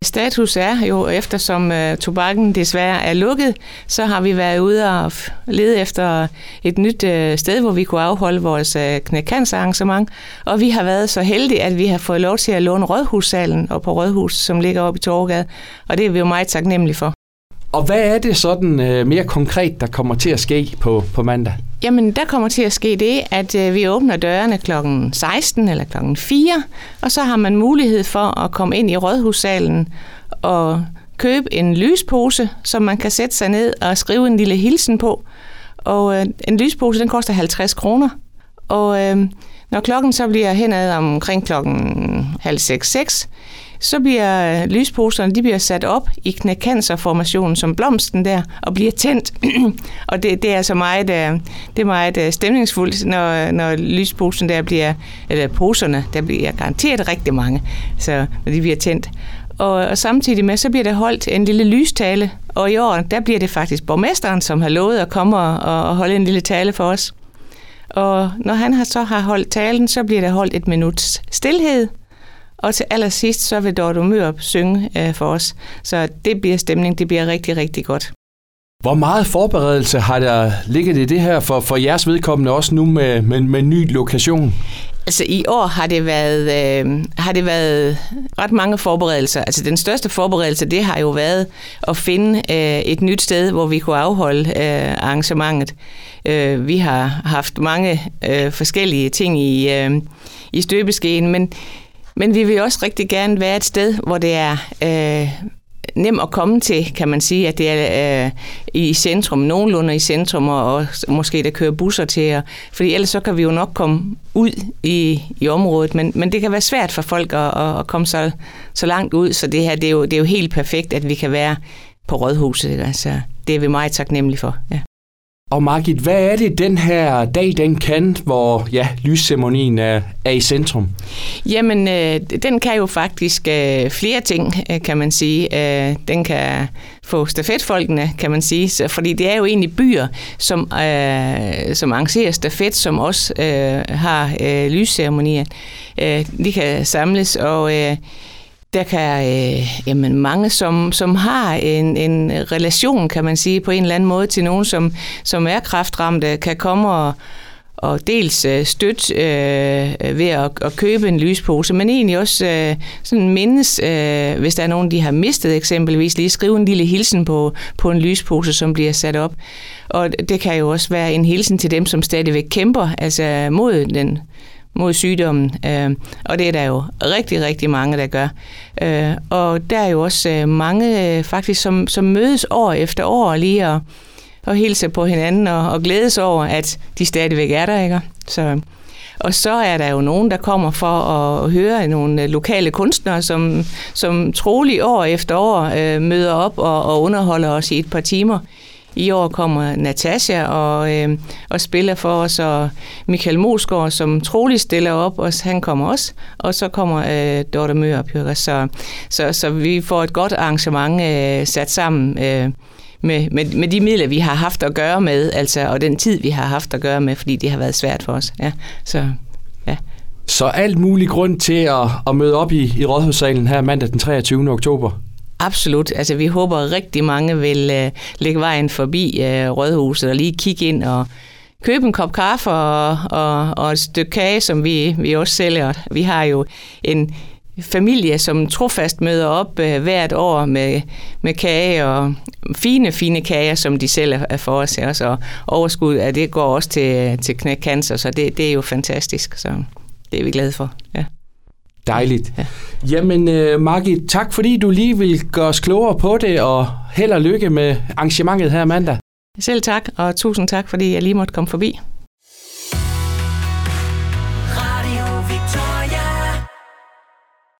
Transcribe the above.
status er jo, eftersom tobakken desværre er lukket, så har vi været ude og lede efter et nyt sted, hvor vi kunne afholde vores knækcancerarrangement. Og vi har været så heldige, at vi har fået lov til at låne Rådhussalen og på Rådhuset, som ligger oppe i Torvegade. Og det er vi jo meget taknemmelige for. Og hvad er det sådan mere konkret, der kommer til at ske på mandag? Jamen, der kommer til at ske det, at vi åbner dørene kl. 16 eller kl. 4, og så har man mulighed for at komme ind i Rådhussalen og købe en lyspose, som man kan sætte sig ned og skrive en lille hilsen på. Og en lyspose, den koster 50 kroner. Og når klokken så bliver henad omkring klokken 5:30, så bliver lysposerne, de bliver sat op i knækcancerformationen som blomsten der, og bliver tændt. Og det er altså meget stemningsfuldt, når lysposen der bliver, eller poserne, der bliver garanteret rigtig mange, så når de bliver tændt. Og samtidig med, så bliver der holdt en lille lystale, og i år, der bliver det faktisk borgmesteren, som har lovet at komme og holde en lille tale for os. Og når han så har holdt talen, så bliver der holdt 1 minuts stilhed, og til allersidst, så vil Dorte Mørup synge for os. Så det bliver stemning, det bliver rigtig, rigtig godt. Hvor meget forberedelse har der ligget i det her for jeres vedkommende, også nu med ny lokation? Altså i år har det været ret mange forberedelser. Altså den største forberedelse, det har jo været at finde et nyt sted, hvor vi kunne afholde arrangementet. Vi har haft mange forskellige ting i støbeskeen, men vi vil også rigtig gerne være et sted, hvor det er nemt at komme til, kan man sige, at det er i centrum, nogenlunde i centrum, og måske der kører busser til, fordi ellers så kan vi jo nok komme ud i området, men det kan være svært for folk at komme så langt ud, så det her, det er jo helt perfekt, at vi kan være på Rådhuset, altså det er vi meget taknemmelige for, ja. Og Margit, hvad er det den her dag, den kan, hvor lysceremonien er i centrum? Jamen, den kan jo faktisk flere ting, kan man sige. Den kan få stafetfolkene, kan man sige, fordi det er jo egentlig byer, som arrangerer stafet, som også har lysceremonier. De kan samles, og der kan mange, som har en relation, kan man sige, på en eller anden måde til nogen, som er kræftramte, kan komme og dels støtte ved at købe en lyspose, men egentlig også sådan mindes, hvis der er nogen, de har mistet eksempelvis, lige skrive en lille hilsen på en lyspose, som bliver sat op. Og det kan jo også være en hilsen til dem, som stadigvæk kæmper, altså mod sygdommen, og det er der jo rigtig, rigtig mange, der gør. Og der er jo også mange faktisk, som mødes år efter år lige og hilser på hinanden og glædes over, at de stadigvæk er der, ikke? Og så er der jo nogen, der kommer for at høre nogle lokale kunstnere, som troligt år efter år møder op og underholder os i et par timer. I år kommer Natasha og spiller for os, og Michael Mosgaard, som troligt stiller op, og han kommer også. Og så kommer Dorte Mørup. Så vi får et godt arrangement sat sammen med de midler, vi har haft at gøre med, altså, og den tid, vi har haft at gøre med, fordi det har været svært for os. Ja, så alt mulig grund til at møde op i Rådhussalen her mandag den 23. oktober? Absolut. Altså, vi håber rigtig mange vil lægge vejen forbi Rådhuset og lige kigge ind og købe en kop kaffe og et stykke kage, som vi også sælger. Vi har jo en familie, som trofast møder op hvert år med kage og fine kager, som de sælger for os. Og overskud af det går også til knækcancer, så det er jo fantastisk. Så det er vi glade for, ja. Dejligt. Ja. Jamen, Margit, tak fordi du lige vil gøre os klogere på det, og held og lykke med arrangementet her mandag. Selv tak, og tusind tak, fordi jeg lige måtte komme forbi.